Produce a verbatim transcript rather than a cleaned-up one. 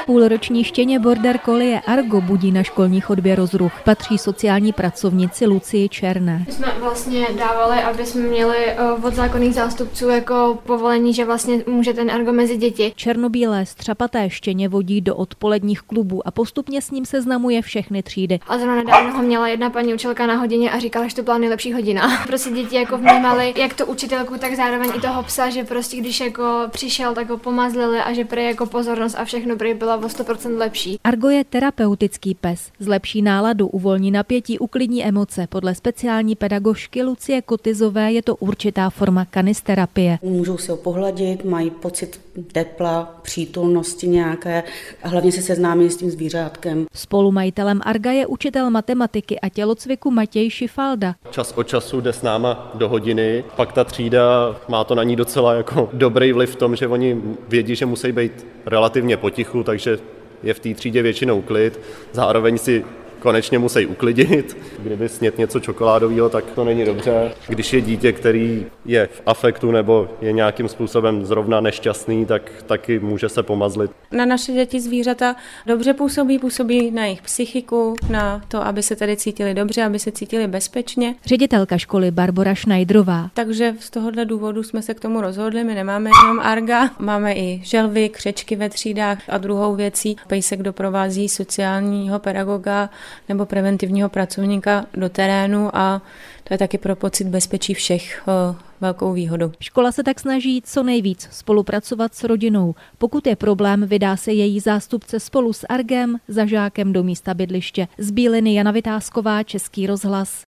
Půlroční štěně border collie Argo budí na školní chodbě rozruch. Patří sociální pracovnici Lucii Černé. My jsme vlastně dávali, aby jsme měli od zákonných zástupců jako povolení, že vlastně může ten Argo mezi děti. Černobílé střapaté štěně vodí do odpoledních klubů a postupně s ním seznamuje všechny třídy. A zrovna nedávno ho měla jedna paní učitelka na hodině a říkala, že to byla nejlepší hodina. Prostě děti jako vnímali jak to učitelku, tak zároveň i toho psa, že prostě když jako přišel, tak ho pomazlili a že prý jako pozornost a všechno prý byla o sto procent lepší. Argo je terapeutický pes. Zlepší náladu, uvolní napětí, uklidní emoce. Podle speciální pedagožky Lucie Kotizové je to určitá forma kanisterapie. Můžou si ho pohladit, mají pocit tepla, přítulnosti nějaké a hlavně se seznámí s tím zvířátkem. Spolumajitelem Arga je učitel matematiky a tělocviku Matěj Šifalda. Čas od času jde s náma do hodiny, pak ta třída má to na ní docela jako dobrý vliv v tom, že oni vědí, že musí být relativně potichu, takže je v té třídě většinou klid, zároveň si konečně musí uklidit. Kdyby snět něco čokoládového, tak to není dobře. Když je dítě, který je v afektu nebo je nějakým způsobem zrovna nešťastný, tak taky může se pomazlit. Na naše děti zvířata dobře působí, působí na jejich psychiku, na to, aby se tady cítili dobře, aby se cítili bezpečně. Ředitelka školy Barbora Šnajdrová. Takže z tohohle důvodu jsme se k tomu rozhodli. My nemáme jenom Arga, máme i želvy, křečky ve třídách a druhou věcí pejsek doprovází sociálního pedagoga nebo preventivního pracovníka do terénu a to je taky pro pocit bezpečí všech o, velkou výhodou. Škola se tak snaží co nejvíc spolupracovat s rodinou. Pokud je problém, vydá se její zástupce spolu s Argem za žákem do místa bydliště. Z Bíliny Jana Vytázková, Český rozhlas.